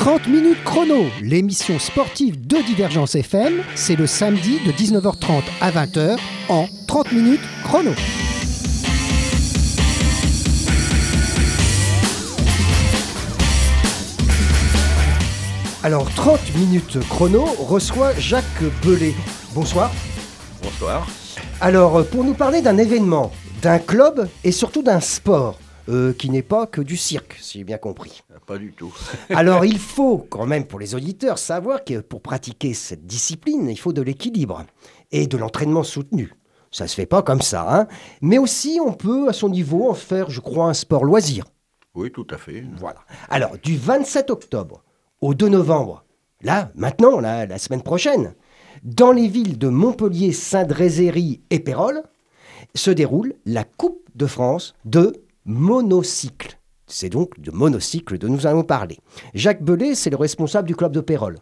30 minutes chrono, l'émission sportive de Divergence FM, c'est le samedi de 19h30 à 20h en 30 minutes chrono. Alors 30 minutes chrono reçoit Jacques Belay. Bonsoir. Bonsoir. Alors pour nous parler d'un événement, d'un club et surtout d'un sport qui n'est pas que du cirque, si j'ai bien compris. Pas du tout. Alors il faut quand même pour les auditeurs savoir que pour pratiquer cette discipline, il faut de l'équilibre et de l'entraînement soutenu. Ça se fait pas comme ça, hein. Mais aussi on peut à son niveau en faire, je crois, un sport loisir. Oui, tout à fait. Voilà. Alors du 27 octobre au 2 novembre, là, maintenant, la semaine prochaine, dans les villes de Montpellier, Saint-Drézéry et Pérols, se déroule la Coupe de France de monocycle. C'est donc de monocycle dont nous allons parler. Jacques Belay, c'est le responsable du club de Pérols.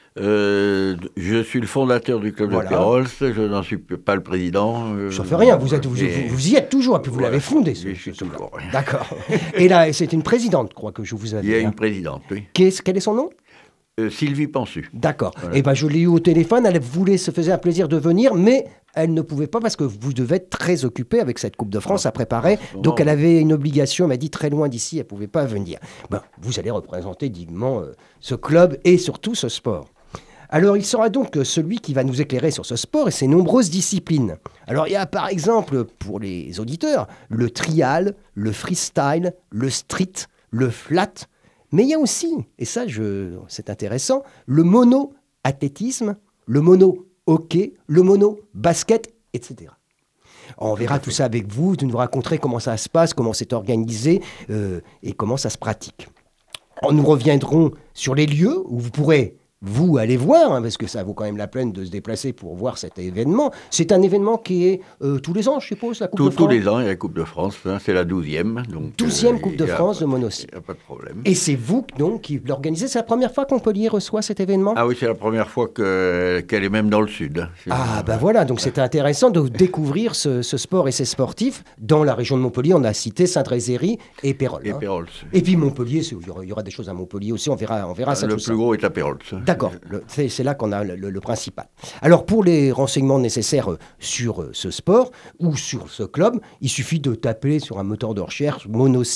Je suis le fondateur du club de Pérols, je n'en suis pas le président. Ça fait rien, vous y êtes toujours, et puis vous l'avez fondé. Je suis toujours. D'accord. Et là, c'est une présidente, je crois, que je vous avais. Il y a une présidente, oui. Quel est son nom ? Sylvie Pensu. D'accord. Voilà. Et je l'ai eu au téléphone, elle se faisait un plaisir de venir, mais elle ne pouvait pas parce que vous devez être très occupé avec cette Coupe de France à préparer. Donc elle avait une obligation, elle m'a dit très loin d'ici, elle ne pouvait pas venir. Vous allez représenter dignement ce club et surtout ce sport. Alors il sera donc celui qui va nous éclairer sur ce sport et ses nombreuses disciplines. Alors il y a par exemple, pour les auditeurs, le trial, le freestyle, le street, le flat. Mais il y a aussi, et ça c'est intéressant, le mono-athlétisme, le mono-hockey, le mono-basket, etc. On verra tout ça avec vous, vous nous raconterez comment ça se passe, comment c'est organisé et comment ça se pratique. Nous reviendrons sur les lieux où vous pourrez aller voir, hein, parce que ça vaut quand même la peine de se déplacer pour voir cet événement. C'est un événement qui est tous les ans, je suppose, la Coupe de France. Tous les ans, il y a la Coupe de France, hein, c'est la 12e. 12e Coupe de France de monocycle. Il n'y a pas de problème. Et c'est vous donc qui l'organisez. C'est la première fois que Montpellier reçoit cet événement ? Ah oui, c'est la première fois qu'elle est même dans le sud. Voilà, donc c'était intéressant de découvrir ce sport et ces sportifs. Dans la région de Montpellier, on a cité Saint-Drézéry et Pérols. Et puis Montpellier, il y aura des choses à Montpellier aussi, on verra ça. Le plus gros est à Pérols. D'accord, c'est là qu'on a le principal. Alors pour les renseignements nécessaires sur ce sport ou sur ce club, il suffit de taper sur un moteur de recherche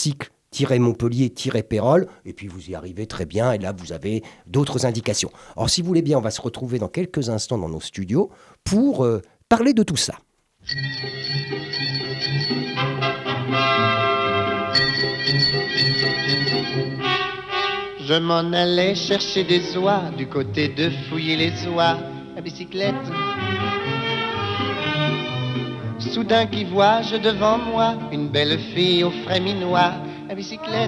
monocycle-Montpellier-Pérols et puis vous y arrivez très bien et là vous avez d'autres indications. Alors si vous voulez bien, on va se retrouver dans quelques instants dans nos studios pour parler de tout ça. Je m'en allais chercher des oies du côté de fouiller les oies à bicyclette. Soudain qui vois-je devant moi une belle fille au frais minois à bicyclette.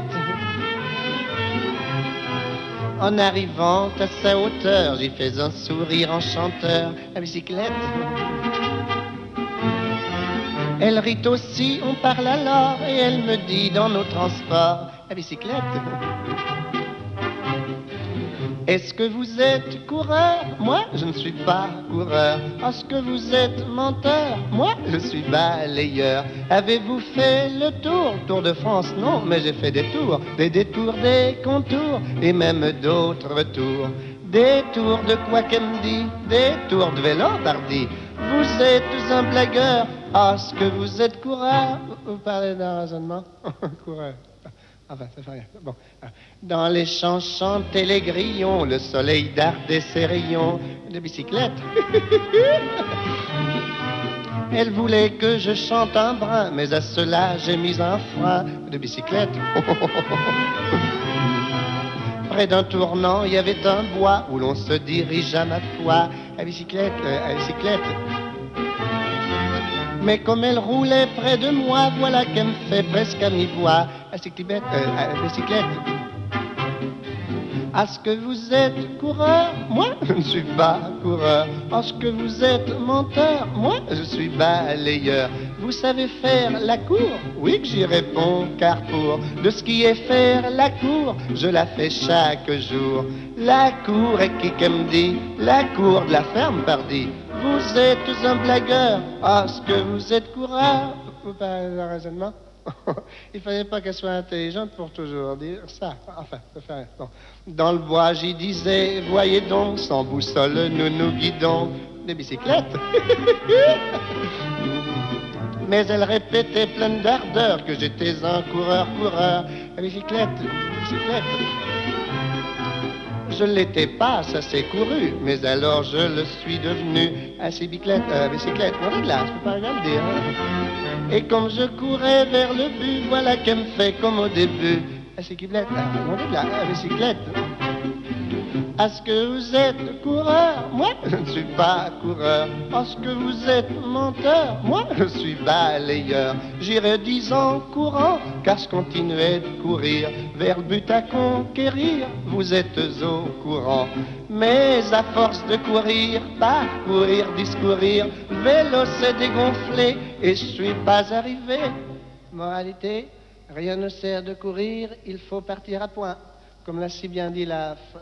En arrivant à sa hauteur, j'y fais un sourire enchanteur à bicyclette. Elle rit aussi, on parle alors et elle me dit dans nos transports à bicyclette. Est-ce que vous êtes coureur ? Moi, je ne suis pas coureur. Est-ce que vous êtes menteur ? Moi, je suis balayeur. Avez-vous fait le tour de France ? Non, mais j'ai fait des tours, des détours, des contours, et même d'autres tours. Des tours de quoi qu'elle me dit, des tours de vélo, pardi. Vous êtes un blagueur. Est-ce que vous êtes coureur ? Vous parlez d'un raisonnement ? Coureur. Enfin, ça fait rien. Bon. Dans les champs chantaient les grillons, le soleil dardait ses rayons de bicyclette. Elle voulait que je chante un brin, mais à cela j'ai mis un frein de bicyclette. Près d'un tournant, il y avait un bois où l'on se dirige à ma foi à bicyclette, Mais comme elle roulait près de moi, voilà qu'elle me fait presque à mi-voix. À bicyclette. Est-ce que vous êtes coureur ? Moi, je ne suis pas coureur. Est-ce que vous êtes menteur ? Moi, je suis balayeur. Vous savez faire la cour ? Oui que j'y réponds, car pour de ce qui est faire la cour, je la fais chaque jour. La cour est qui me dit ? La cour de la ferme, pardi. Vous êtes un blagueur. Est-ce que vous êtes coureur ? vous parlez de raisonnement. Il fallait pas qu'elle soit intelligente pour toujours dire ça. Enfin, ça fait rien. Bon. Dans le bois, j'y disais, voyez donc, sans boussole, nous nous guidons. Des bicyclettes. Mais elle répétait pleine d'ardeur que j'étais un coureur. La bicyclette. Je l'étais pas, ça s'est couru, mais alors je le suis devenu. Bicyclette, on est de là, je peux pas rien le dire. Hein. Et comme je courais vers le but, voilà qu'elle me fait comme au début. Bicyclette, on est de là, bicyclette. Est-ce que vous êtes coureur? Moi, je ne suis pas coureur. Est-ce que vous êtes menteur? Moi, je suis balayeur. J'irai 10 ans courant, car je continuais de courir vers le but à conquérir. Vous êtes au courant. Mais à force de courir, parcourir, discourir, vélo s'est dégonflé et je suis pas arrivé. Moralité, rien ne sert de courir, il faut partir à point. Comme l'a si bien dit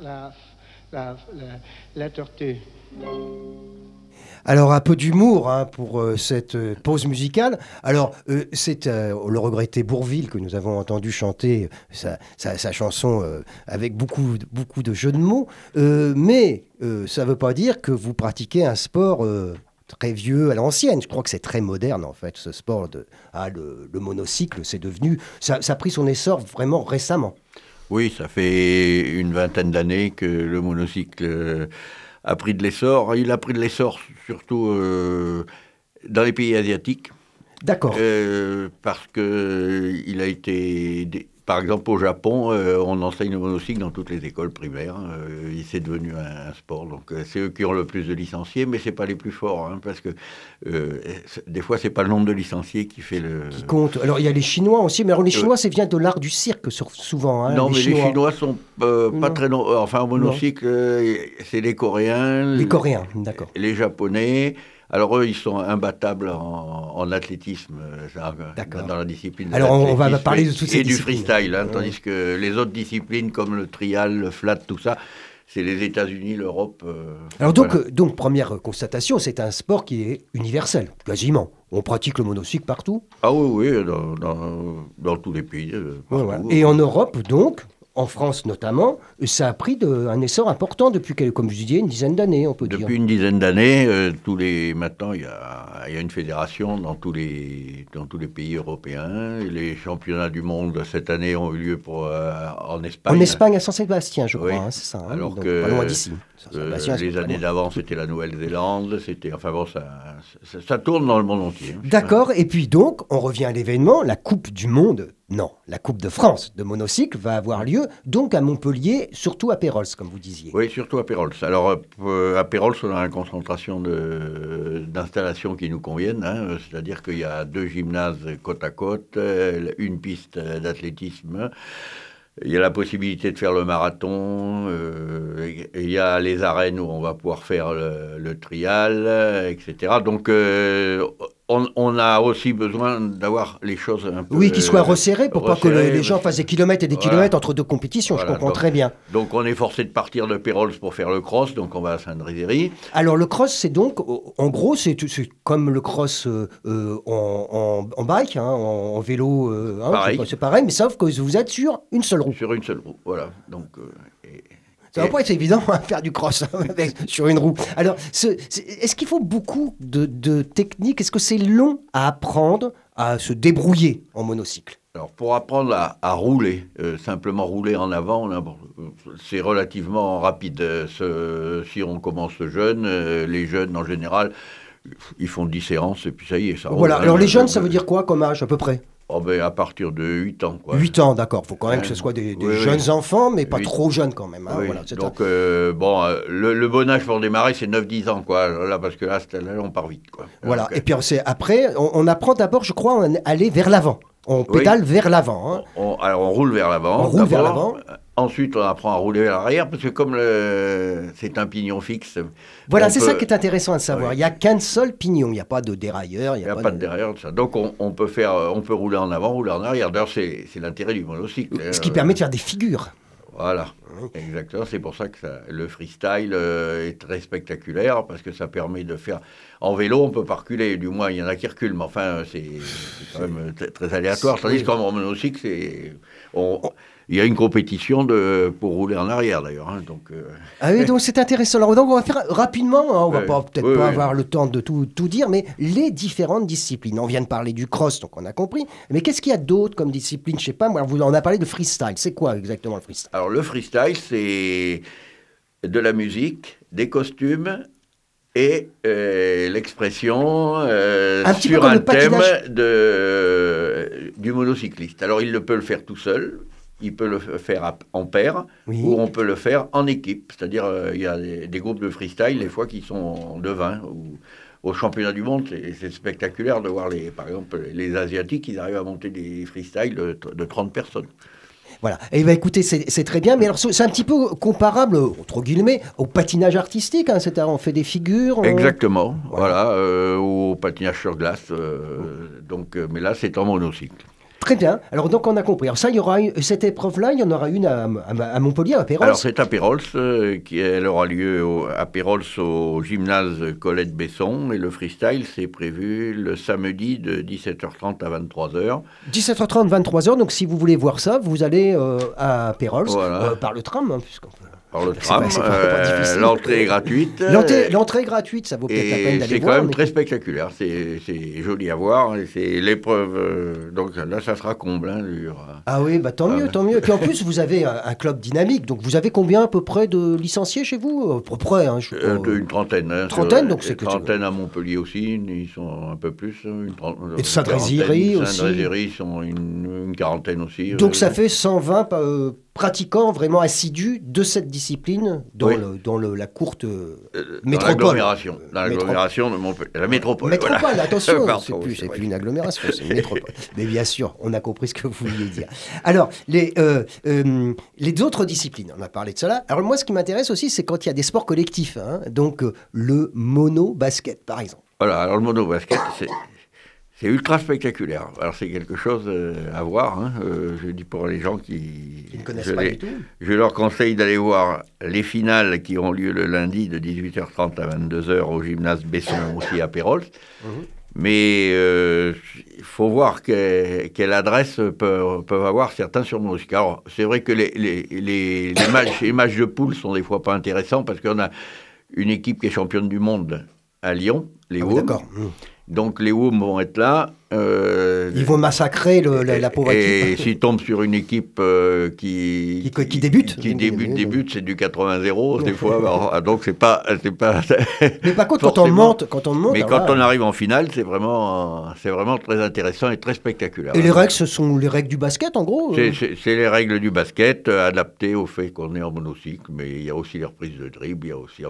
la tortue. Alors, un peu d'humour pour cette pause musicale. Alors, c'est le regretté Bourvil que nous avons entendu chanter sa chanson avec beaucoup de jeux de mots. Mais ça ne veut pas dire que vous pratiquez un sport très vieux à l'ancienne. Je crois que c'est très moderne, en fait, ce sport. Le monocycle, c'est devenu... Ça a pris son essor vraiment récemment. Oui, ça fait une vingtaine d'années que le monocycle a pris de l'essor. Il a pris de l'essor surtout dans les pays asiatiques. D'accord. Parce qu'il a été... Par exemple, au Japon, on enseigne le monocycle dans toutes les écoles primaires. C'est devenu un sport. Donc, c'est eux qui ont le plus de licenciés, mais ce n'est pas les plus forts. Parce que des fois, ce n'est pas le nombre de licenciés qui fait le... Qui compte. Alors, il y a les Chinois aussi. Mais alors, les Chinois, ça vient de l'art du cirque, souvent. Non, mais les Chinois ne sont pas très... Enfin, au monocycle, c'est les Coréens. Les Coréens, d'accord. Les Japonais... Alors eux, ils sont imbattables en athlétisme, dans la discipline de l'athlétisme. Alors on va parler de toutes ces disciplines. Et du freestyle, tandis que les autres disciplines comme le trial, le flat, tout ça, c'est les États-Unis, l'Europe. Alors donc, première constatation, c'est un sport qui est universel, quasiment. On pratique le monocycle partout. Ah oui, dans tous les pays. Partout. Et en Europe, donc, en France notamment, ça a pris un essor important depuis, comme je disais, une dizaine d'années, on peut dire. Depuis une dizaine d'années, maintenant, il y a une fédération dans tous les pays européens. Les championnats du monde, cette année, ont eu lieu en Espagne. En Espagne, à Saint-Sébastien, je crois, oui. C'est ça. Alors donc, que pas loin d'ici. Les années d'avant, c'était la Nouvelle-Zélande. Ça tourne dans le monde entier. D'accord, et puis donc, on revient à l'événement, la Coupe du Monde. Non, la Coupe de France de monocycle va avoir lieu donc à Montpellier, surtout à Pérols, comme vous disiez. Oui, surtout à Pérols. Alors, à Pérols, on a une concentration d'installations qui nous conviennent. C'est-à-dire qu'il y a 2 gymnases côte à côte, une piste d'athlétisme. Il y a la possibilité de faire le marathon. Il y a les arènes où on va pouvoir faire le trial, etc. Donc, on a aussi besoin d'avoir les choses un peu... Oui, qu'ils soient resserrés pour pas que les gens fassent des kilomètres et des kilomètres entre 2 compétitions, je comprends très bien. Donc on est forcé de partir de Pérols pour faire le cross, donc on va à Sainte-Brézérie. Alors le cross, c'est donc, en gros, c'est comme le cross en bike, en vélo, c'est pareil, mais sauf que vous êtes sur une seule roue. Sur une seule roue, voilà. Donc... Ça va pas être évident à faire du cross sur une roue. Alors, est-ce qu'il faut beaucoup de techniques? Est-ce que c'est long à apprendre à se débrouiller en monocycle? Alors, pour apprendre à rouler, simplement rouler en avant, c'est relativement rapide. Si on commence jeune, les jeunes en général, ils font 10 séances et puis ça y est, ça roule. Voilà, alors les jeunes, ça veut dire quoi comme âge à peu près? À partir de 8 ans. 8 ans, d'accord. Il faut quand même que ce soit des jeunes enfants, mais pas trop jeunes quand même. Oui. Voilà, donc, le bon âge pour démarrer, c'est 9-10 ans. Là, parce que là, on part vite. Voilà. Donc, et puis après, on apprend d'abord, je crois, à aller vers l'avant. On pédale vers l'avant. Alors, on roule vers l'avant. On roule vers l'avant. Ensuite, on apprend à rouler vers l'arrière, parce que comme c'est un pignon fixe... Voilà, c'est ça qui est intéressant à savoir. Oui. Il n'y a qu'un seul pignon, il n'y a pas de dérailleur. Il n'y a pas de dérailleur, ça. Donc, on peut rouler en avant, rouler en arrière. D'ailleurs, c'est l'intérêt du monocycle. Ce qui permet de faire des figures. Voilà, exactement. C'est pour ça que le freestyle est très spectaculaire, parce que ça permet de faire... En vélo, on peut pas reculer, du moins, il y en a qui reculent, mais enfin, c'est quand même très aléatoire. Tandis qu'en monocycle, il y a une compétition pour rouler en arrière, d'ailleurs. Hein, donc, Ah oui, donc c'est intéressant. Alors, donc on va faire rapidement, hein, on va peut-être pas avoir le temps de tout dire, mais les différentes disciplines. On vient de parler du cross, donc on a compris. Mais qu'est-ce qu'il y a d'autre comme discipline? Je sais pas, moi, on a parlé de freestyle. C'est quoi exactement le freestyle? Alors, le freestyle, c'est de la musique, des costumes et l'expression sur un thème du monocycliste. Alors, il peut le faire tout seul, il peut le faire en paire, ou on peut le faire en équipe. C'est-à-dire, il y a des groupes de freestyle, des fois, qui sont de 20. Au championnat du monde, c'est spectaculaire de voir, par exemple, les Asiatiques, ils arrivent à monter des freestyles de 30 personnes. Voilà. Et bien, écoutez, c'est très bien, mais alors c'est un petit peu comparable, entre guillemets, au patinage artistique, hein, c'est-à-dire on fait des figures. Exactement, voilà, au patinage sur glace. Mais là, c'est en monocycle. Très bien. Alors, donc, on a compris. Alors, ça, il y aura cette épreuve-là, il y en aura une à Montpellier, à Pérols. Alors, c'est à Pérols, elle aura lieu à Pérols au gymnase Colette Besson. Et le freestyle, c'est prévu le samedi de 17h30 à 23h. 17h30, 23h. Donc, si vous voulez voir ça, vous allez à Pérols, par le tram, hein, puisqu'on peut... Par le tram, l'entrée est gratuite. L'entrée est gratuite, ça vaut peut-être la peine d'aller voir. C'est quand même très spectaculaire, c'est joli à voir, et c'est l'épreuve, donc là ça sera comble. Hein, ah oui, tant mieux, tant mieux. Et puis en plus vous avez un club dynamique, donc vous avez combien à peu près de licenciés chez vous? À peu près, hein, une trentaine. Hein, donc c'est une trentaine à Montpellier aussi, ils sont un peu plus. Et de Saint-Dréziry aussi. Saint-Dréziry, ils sont une quarantaine aussi. Donc ça fait 120 pratiquants vraiment assidus de cette discipline dans la courte métropole. Dans l'agglomération de Montpellier. La métropole. Métropole, attention, c'est plus une agglomération, c'est une métropole. Mais bien sûr, on a compris ce que vous vouliez dire. Alors, les autres disciplines, on a parlé de cela. Alors moi, ce qui m'intéresse aussi, c'est quand il y a des sports collectifs. Hein, donc, le mono-basket, par exemple. Voilà, alors le mono-basket, c'est ultra spectaculaire. Alors c'est quelque chose à voir. Hein. Je dis pour les gens qui ne connaissent pas du tout. Je leur conseille d'aller voir les finales qui ont lieu le lundi de 18h30 à 22h au gymnase Besson aussi à Pérols. Mais il faut voir quelle adresse peuvent avoir certains sur monocycle. Alors c'est vrai que les matchs de poule sont des fois pas intéressants parce qu'on a une équipe qui est championne du monde à Lyon, les Woom. D'accord. Donc les Woom vont être là. Ils vont massacrer la pauvre équipe. Et s'ils tombent sur une équipe qui débute. Qui débute, c'est du 80-0 des fois. Donc c'est pas. Mais par contre, quand on monte. Mais quand on arrive en finale, c'est vraiment très intéressant et très spectaculaire. Et les règles, ce sont les règles du basket, en gros. C'est les règles du basket adaptées au fait qu'on est en monocycle, mais il y a aussi les reprises de dribble, il y a aussi.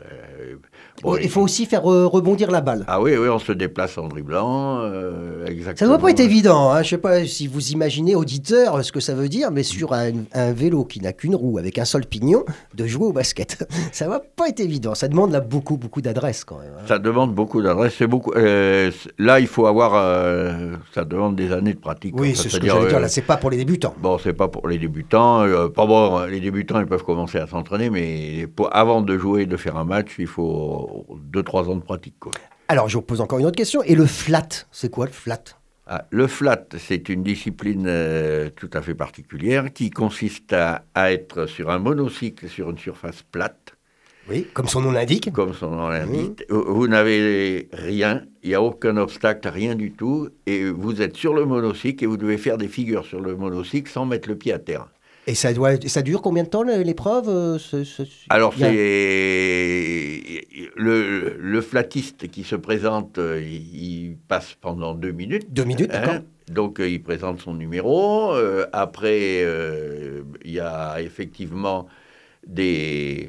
Il faut aussi faire rebondir la balle. Ah oui, on se déplace en dribblant. Exactement. Ça ne doit pas être évident. Hein. Je ne sais pas si vous imaginez, auditeur, ce que ça veut dire, mais sur un vélo qui n'a qu'une roue, avec un seul pignon, de jouer au basket. Ça ne va pas être évident. Ça demande là beaucoup d'adresse quand même. Hein. Ça demande beaucoup d'adresse. C'est beaucoup. Là, il faut avoir. Ça demande des années de pratique. Oui, c'est ce que j'allais dire. Là, c'est pas pour les débutants. Bon, c'est pas pour les débutants. Les débutants, ils peuvent commencer à s'entraîner, mais avant de jouer, de faire un match, il faut 2-3 ans de pratique, quoi. Alors, je vous pose encore une autre question. Et le flat, c'est quoi le flat ? Le flat, c'est une discipline tout à fait particulière qui consiste à être sur un monocycle sur une surface plate. Oui, comme son nom l'indique. Comme son nom l'indique. Vous n'avez rien, il n'y a aucun obstacle, rien du tout. Et vous êtes sur le monocycle et vous devez faire des figures sur le monocycle sans mettre le pied à terre. Et ça dure combien de temps l'épreuve Alors c'est le flatiste qui se présente, il passe pendant 2 minutes. 2 minutes, d'accord. Donc il présente son numéro. Après, il y a effectivement des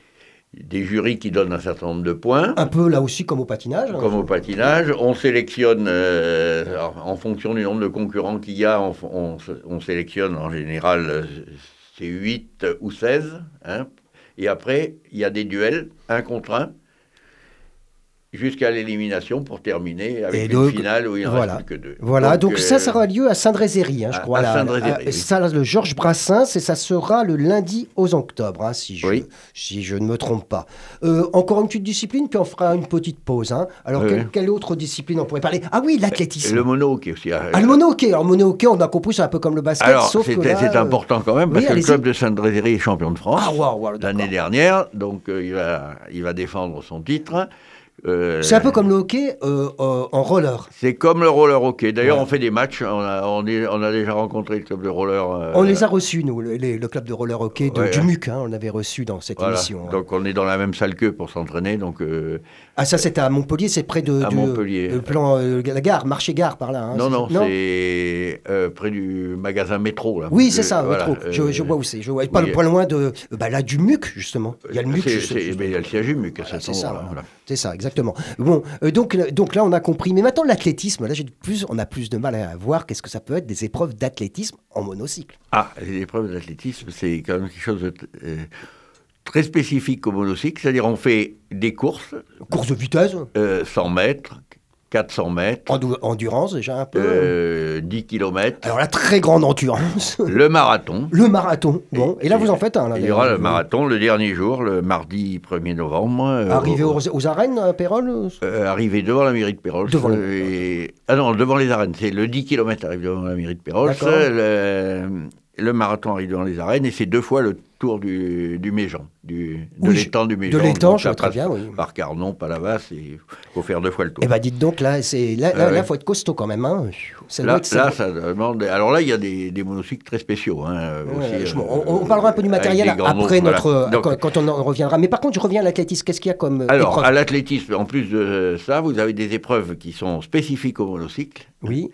jurys qui donnent un certain nombre de points. Un peu là aussi comme au patinage. Comme au patinage. On sélectionne, en fonction du nombre de concurrents qu'il y a, on sélectionne en général, c'est 8 ou 16. 16. Hein. Et après, il y a des duels, 1 contre 1. jusqu'à l'élimination pour terminer avec Et une donc, finale où il ne voilà. reste plus que 2. Voilà, donc ça aura lieu à Saint-Drézéry, je crois. À Saint-Drézéry, oui. Salle de Georges Brassens, et ça sera le lundi 11 octobre, si je ne me trompe pas. Encore une petite discipline, puis on fera une petite pause. Alors, quelle autre discipline on pourrait parler? Ah oui, l'athlétisme. Le mono-hockey aussi. Le mono-hockey. Alors, mono-hockey, on a compris, c'est un peu comme le basket, alors, sauf que là... c'est important quand même, parce que le club de Saint-Drézéry est champion de France l'année dernière, donc il va défendre son titre. C'est un peu comme le hockey en roller. C'est comme le roller hockey. D'ailleurs, on fait des matchs. On a déjà rencontré le club de roller. On les a reçus, nous, le club de roller hockey du MUC. On l'avait reçu dans cette émission. Donc, on est dans la même salle qu'eux pour s'entraîner. Donc, ça, c'est à Montpellier. C'est près de Montpellier. Le plan, la gare, marché-gare, par là. Non, c'est près du magasin Métro. Là. Oui, c'est ça, Métro. Je vois où c'est. Je vois pas loin de du MUC, justement. Il y a le MUC. Il y a le siège du MUC. C'est ça. C'est ça, exactement. Bon, donc là, on a compris. Mais maintenant, l'athlétisme, là, on a plus de mal à voir qu'est-ce que ça peut être des épreuves d'athlétisme en monocycle. Les épreuves d'athlétisme, c'est quand même quelque chose de très spécifique au monocycle. C'est-à-dire, on fait des courses. Courses de vitesse 100 mètres, 400 mètres. Endurance, déjà un peu. 10 km. Alors, la très grande endurance. Le marathon. Le marathon. Bon, et là, vous en faites un. Là, il y aura le marathon le dernier jour, le mardi 1er novembre. Arrivé aux arènes, à Pérols Arrivé devant la mairie de Pérols. Devant devant les arènes. C'est le 10 km arrive devant la mairie de Pérols. Le marathon arrive devant les arènes et c'est 2 fois le tour du Méjean, de l'étang du Méjean. De l'étang, je vois très bien, oui. Par Carnon, Palavas, il faut faire 2 fois le tour. Eh bien, dites donc, là, il faut être costaud quand même. Ça demande... Alors là, il y a des monocycles très spéciaux. Aussi, on parlera un peu du matériel après quand on reviendra. Mais par contre, je reviens à l'athlétisme. Qu'est-ce qu'il y a comme épreuve ? À l'athlétisme, en plus de ça, vous avez des épreuves qui sont spécifiques au monocycle. Oui.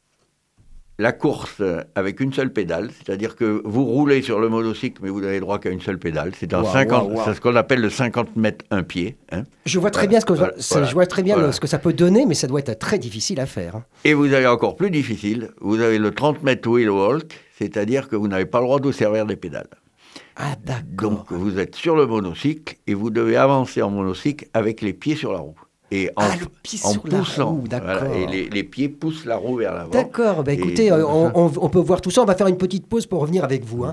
La course avec une seule pédale, c'est-à-dire que vous roulez sur le monocycle, mais vous n'avez droit qu'à une seule pédale. C'est ce qu'on appelle le 50 mètres un pied. Je vois très bien ce que ça peut donner, mais ça doit être très difficile à faire. Et vous avez encore plus difficile, vous avez le 30 mètres wheel walk, c'est-à-dire que vous n'avez pas le droit de vous servir des pédales. Ah, d'accord. Donc vous êtes sur le monocycle et vous devez avancer en monocycle avec les pieds sur la roue. Et le pied en sur poussant, la roue, d'accord. et les pieds poussent la roue vers l'avant. D'accord, écoutez, on peut voir tout ça. On va faire une petite pause pour revenir avec vous.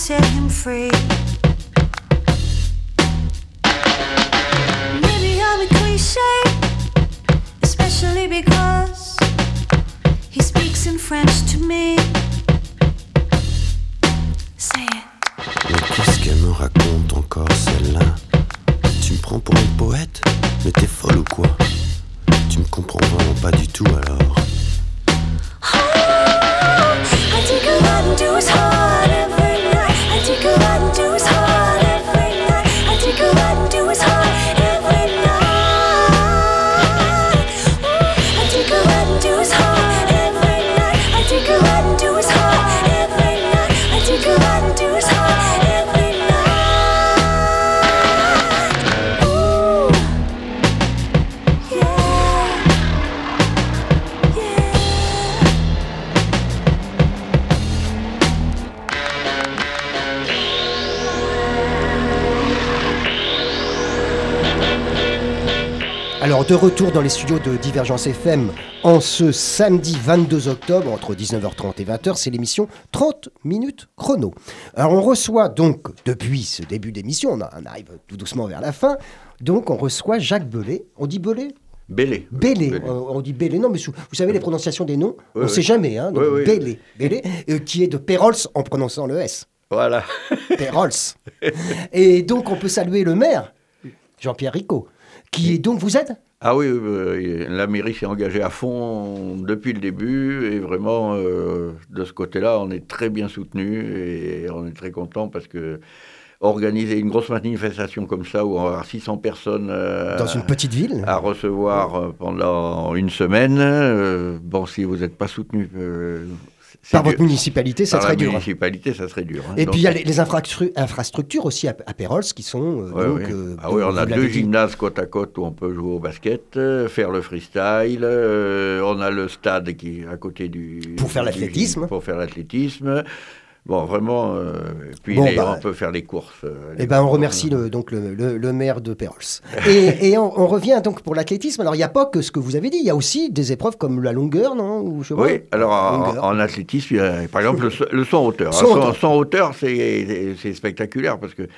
set him free. Maybe I'm a cliché, especially because he speaks in French to me. Say it. Mais qu'est-ce qu'elle me raconte encore celle-là? Tu me prends pour une poète? Mais t'es folle ou quoi? Tu me comprends vraiment pas du tout alors. I take a run to his heart every night. I take a run to his heart every night. I take a run to his heart every night. I take a run to his heart every night. I take a run to his heart every night. I take a run to his heart every night. Ooh, yeah, yeah. Alors, de retour dans les studios de Divergence FM en ce samedi 22 octobre, entre 19h30 et 20h, c'est l'émission 30 minutes chrono. Alors, on reçoit donc, depuis ce début d'émission, on arrive tout doucement vers la fin, donc on reçoit Jacques Bellet. On dit Bellet ? Bellé. Bellé, Bellé. on dit Bellé. Non, mais vous savez les prononciations des noms, on ne Oui, sait jamais. Hein, donc Oui, oui. Bellé, Bellé, qui est de Pérols en prononçant le S. Voilà. Pérols. Et donc, on peut saluer le maire, Jean-Pierre Ricot, qui est donc, vous êtes ? Ah oui, la mairie s'est engagée à fond depuis le début et vraiment, de ce côté-là, on est très bien soutenu et on est très content parce que organiser une grosse manifestation comme ça où on va avoir 600 personnes Dans une petite ville. à recevoir pendant une semaine, bon, si vous n'êtes pas soutenu... Par votre municipalité, ça Par serait la dur. municipalité, ça serait dur. Hein. Et Donc, puis il y a les infrastructures aussi à Pérols qui sont. ouais, donc, ouais. Ah oui, on a deux gymnases côte à côte où on peut jouer au basket, faire le freestyle. On a le stade qui est à côté du. Pour faire l'athlétisme. Pour faire l'athlétisme. Bon, vraiment. Puis Bon, on peut faire les courses. Eh ben, on remercie le maire de Pérols. Et on revient donc pour l'athlétisme. Alors, il n'y a pas que ce que vous avez dit. Il y a aussi des épreuves comme la longueur, non? Ou, je sais pas. Oui, alors Longueur. en athlétisme, il y a, par exemple, le saut en hauteur. Saut en hauteur, c'est spectaculaire parce que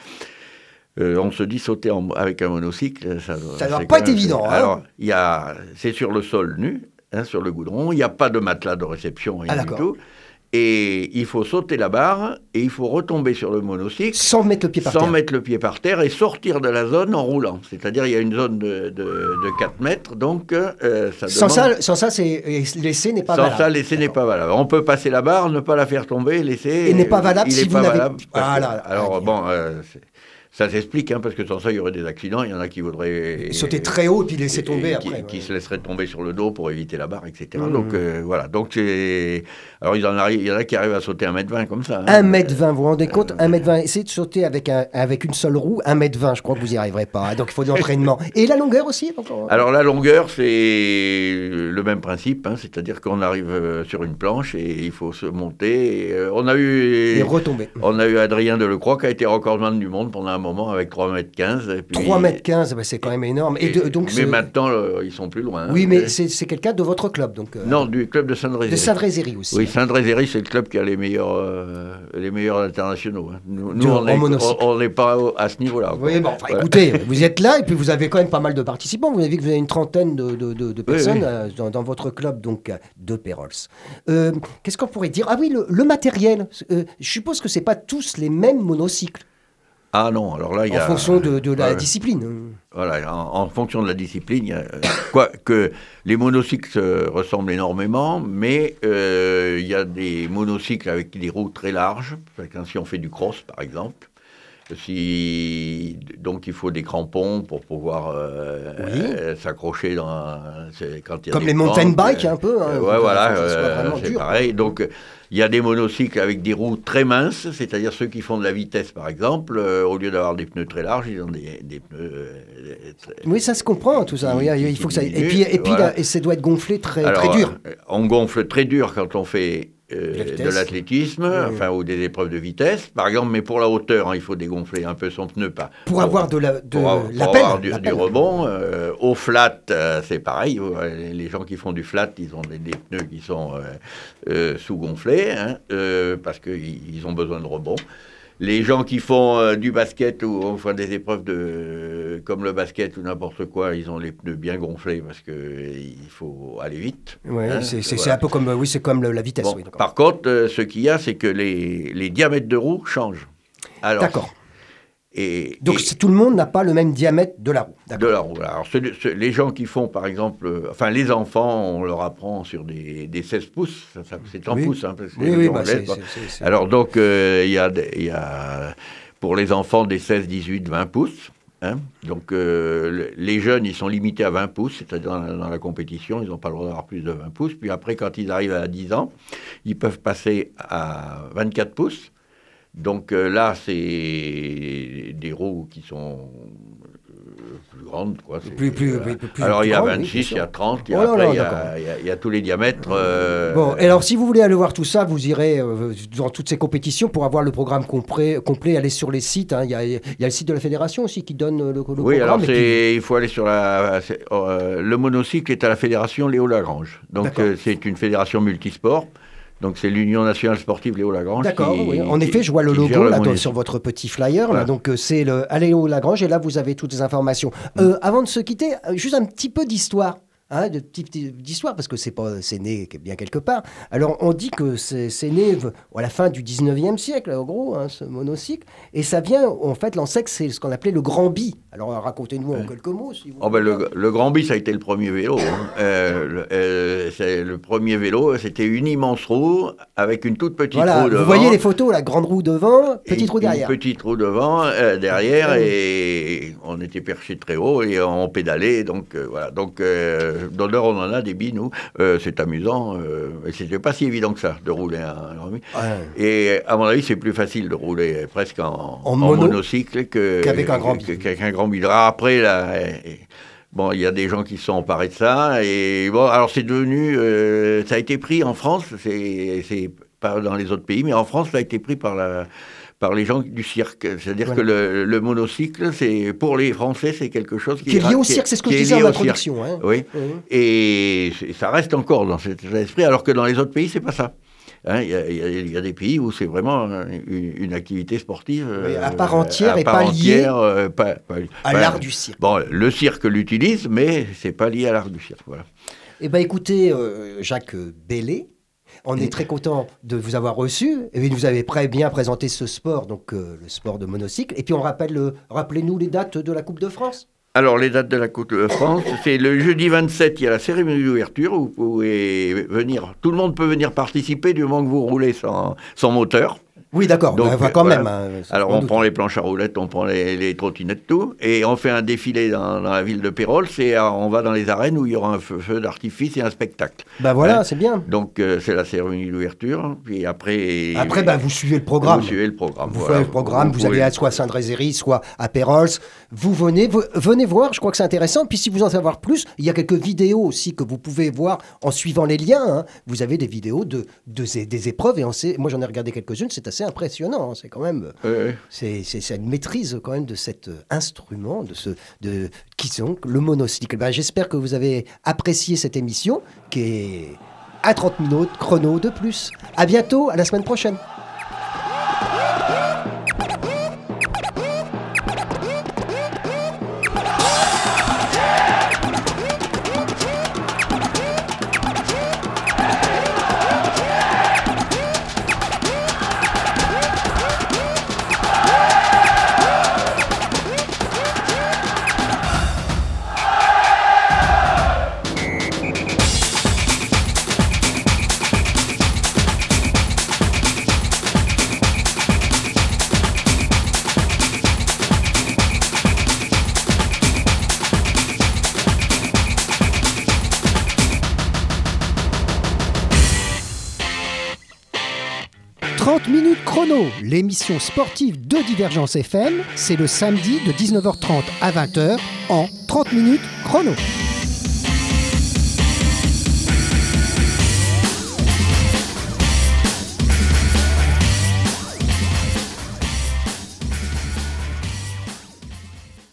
on se dit sauter avec un monocycle. Ça ne va pas être évident. Hein. Alors, c'est sur le sol nu, hein, sur le goudron. Il n'y a pas de matelas de réception, rien du tout. Et il faut sauter la barre et il faut retomber sur le monocycle. Sans mettre le pied par terre. Sans mettre le pied par terre et sortir de la zone en roulant. C'est-à-dire il y a une zone de 4 mètres, donc ça sans demande... ça, l'essai n'est pas valable. Sans ça, l'essai n'est pas valable. On peut passer la barre, ne pas la faire tomber, l'essai... Et n'est pas valable il si est vous pas n'avez... valable Voilà. Alors bon... ça s'explique, hein, parce que sans ça, il y aurait des accidents. Il y en a qui voudraient... sauter très haut et puis laisser tomber après. Qui se laisseraient tomber sur le dos pour éviter la barre, etc. Donc, voilà. Donc, c'est... Alors, il y en a qui arrivent à sauter 1m20 comme ça. Hein. 1m20, vous vous rendez compte 1m20. Essayez de sauter avec une seule roue. 1m20, je crois que vous n'y arriverez pas. Hein. Donc, il faut de l'entraînement. Et la longueur aussi Alors, la longueur, c'est le même principe. Hein, c'est-à-dire qu'on arrive sur une planche et il faut se monter. Et retomber. On a eu Adrien Delecroix qui a été recordman du monde pendant un moment avec 3m15. 3m15, bah, c'est quand même énorme. Mais maintenant, ils sont plus loin. Oui, mais c'est quelqu'un de votre club. Donc, non, du club de Saint-Drézéry. De Saint-Drézéry aussi. Oui, Saint-Drézéry, c'est le club qui a les meilleurs internationaux. Hein. Nous on n'est pas à ce niveau-là. Encore. Oui, bon, enfin, voilà. Écoutez, vous êtes là et puis vous avez quand même pas mal de participants. Vous avez vu que vous avez une trentaine de personnes dans votre club donc, de Pérols. Qu'est-ce qu'on pourrait dire? Ah oui, le matériel. Je suppose que ce n'est pas tous les mêmes monocycles. Ah non, alors là, il y a... En fonction de la discipline. Voilà, en fonction de la discipline, quoique les monocycles se ressemblent énormément, mais il y a des monocycles avec des roues très larges, si on fait du cross par exemple. Donc il faut des crampons pour pouvoir s'accrocher quand il y a comme des les mountain bikes un peu. Hein, voilà, c'est pareil. Donc il y a des monocycles avec des roues très minces, c'est-à-dire ceux qui font de la vitesse par exemple, au lieu d'avoir des pneus très larges, ils ont des pneus. Oui, ça se comprend tout ça. Il faut que ça. Et puis voilà. Ça doit être gonflé très dur. On gonfle très dur quand on fait de l'athlétisme, ou des épreuves de vitesse, par exemple, mais pour la hauteur, il faut dégonfler un peu son pneu. Pour avoir du rebond. Au flat, c'est pareil. Les gens qui font du flat, ils ont des pneus qui sont sous-gonflés, parce qu'ils ont besoin de rebond. Les gens qui font du basket ou enfin des épreuves comme le basket ou n'importe quoi, ils ont les pneus bien gonflés parce qu'il faut aller vite. Ouais, hein, c'est voilà. un peu comme, c'est comme la vitesse. Bon, Oui, d'accord. par contre, ce qu'il y a, c'est que les diamètres de roues changent. Alors, D'accord. Donc et- tout le monde n'a pas le même diamètre de la roue. de D'accord. la roue. Alors, les gens qui font, par exemple, enfin, les enfants, on leur apprend sur des 16 pouces, c'est en Oui. pouces, hein, parce que Oui, les oui, anglais, quoi. c'est- Alors, donc, il y a, pour les enfants, des 16, 18, 20 pouces. Hein. Donc, les jeunes, ils sont limités à 20 pouces, c'est-à-dire dans la compétition, ils n'ont pas le droit d'avoir plus de 20 pouces. Puis après, quand ils arrivent à 10 ans, ils peuvent passer à 24 pouces. Donc là, c'est des roues qui sont plus grandes, quoi. Plus Alors il y a grandes, oui, 26, bien sûr. il y a 30, Oh là après là, il y a- d'accord. il y a tous les diamètres. Bon, et alors si vous voulez aller voir tout ça, vous irez dans toutes ces compétitions pour avoir le programme complet, aller sur les sites. Hein. Il y a le site de la fédération aussi qui donne le oui, programme. alors et puis- il faut aller sur le monocycle est à la fédération Léo Lagrange. Donc D'accord. c'est une fédération multisport. Donc c'est l'Union nationale sportive Léo Lagrange. D'accord, qui- oui. En qui- effet, je vois le qui logo gère là, monocycle. sur votre petit flyer. Voilà. Là, donc c'est le Aléo Lagrange et là vous avez toutes les informations. Avant de se quitter, juste un petit peu d'histoire. Hein, d'histoire, parce que c'est né bien quelque part. Alors, on dit que c'est né à la fin du 19e siècle, en gros, hein, ce monocycle. Et ça vient, en fait, l'ancêtre, c'est ce qu'on appelait le Grand Bi. Alors, racontez-nous en quelques mots, si vous Oh ben, voulez. le Grand Bi, ça a été le premier vélo. Hein. Le premier vélo, c'était une immense roue avec une toute petite Voilà, roue devant. vous voyez les photos, la grande roue devant, et petite roue derrière. Une petite roue devant, derrière, Oui. et on était perché très haut et on pédalait. Donc voilà. Donc d'honneur, on en a des billes, nous. C'est amusant. Et c'était pas si évident que ça de rouler un Grand Bi. Ouais. Et à mon avis, c'est plus facile de rouler presque en mono monocycle qu'avec un Grand Bi. qu'avec un Grand Bi. Alors après, là, bon, il y a des gens qui se sont emparés de ça. Et bon, alors c'est devenu, ça a été pris en France. C'est pas dans les autres pays, mais en France, ça a été pris par les gens du cirque. C'est-à-dire Voilà. que le monocycle, c'est pour les Français, c'est quelque chose Qui est lié au cirque, c'est ce que je qui est disais en lié au cirque. introduction. Hein. Oui. Mhm. Et ça reste encore dans cet état d'esprit, alors que dans les autres pays, c'est pas ça. Hein, il y a des pays où c'est vraiment une activité sportive Oui, à part entière à et part pas liée entière, à l'art du cirque. Bon, le cirque l'utilise, mais c'est pas lié à l'art du cirque. Voilà. Eh bien, écoutez, Jacques Bellé, on est très content de vous avoir reçu. Et puis, vous avez bien présenté ce sport, donc le sport de monocycle. Et puis, rappelez-nous les dates de la Coupe de France. Alors, les dates de la Coupe de France, c'est le jeudi 27, il y a la cérémonie d'ouverture, où vous pouvez venir, tout le monde peut venir participer du moment que vous roulez sans moteur. Oui, d'accord, Donc, quand voilà. même. Hein, Alors, sans on doute. prend les planches à roulettes, on prend les trottinettes, tout, et on fait un défilé dans la ville de Pérols, on va dans les arènes où il y aura un feu d'artifice et un spectacle. Ben voilà, Hein. c'est bien. Donc, c'est la cérémonie d'ouverture, puis après... Après, vous suivez le programme. Vous suivez le programme. Vous voilà. faites le programme, vous allez soit à Saint-Drézéry, soit à Pérols. Vous venez voir, je crois que c'est intéressant. Puis si vous en savez savoir plus, il y a quelques vidéos aussi que vous pouvez voir en suivant les liens. Hein. Vous avez des vidéos des épreuves et moi j'en ai regardé quelques-unes, c'est assez impressionnant. Hein. C'est quand même, c'est une maîtrise quand même de cet instrument, qui sont le monocycle. J'espère que vous avez apprécié cette émission qui est à 30 minutes chrono de plus. À bientôt, à la semaine prochaine. Minutes chrono, l'émission sportive de Divergence FM, c'est le samedi de 19h30 à 20h en 30 minutes chrono.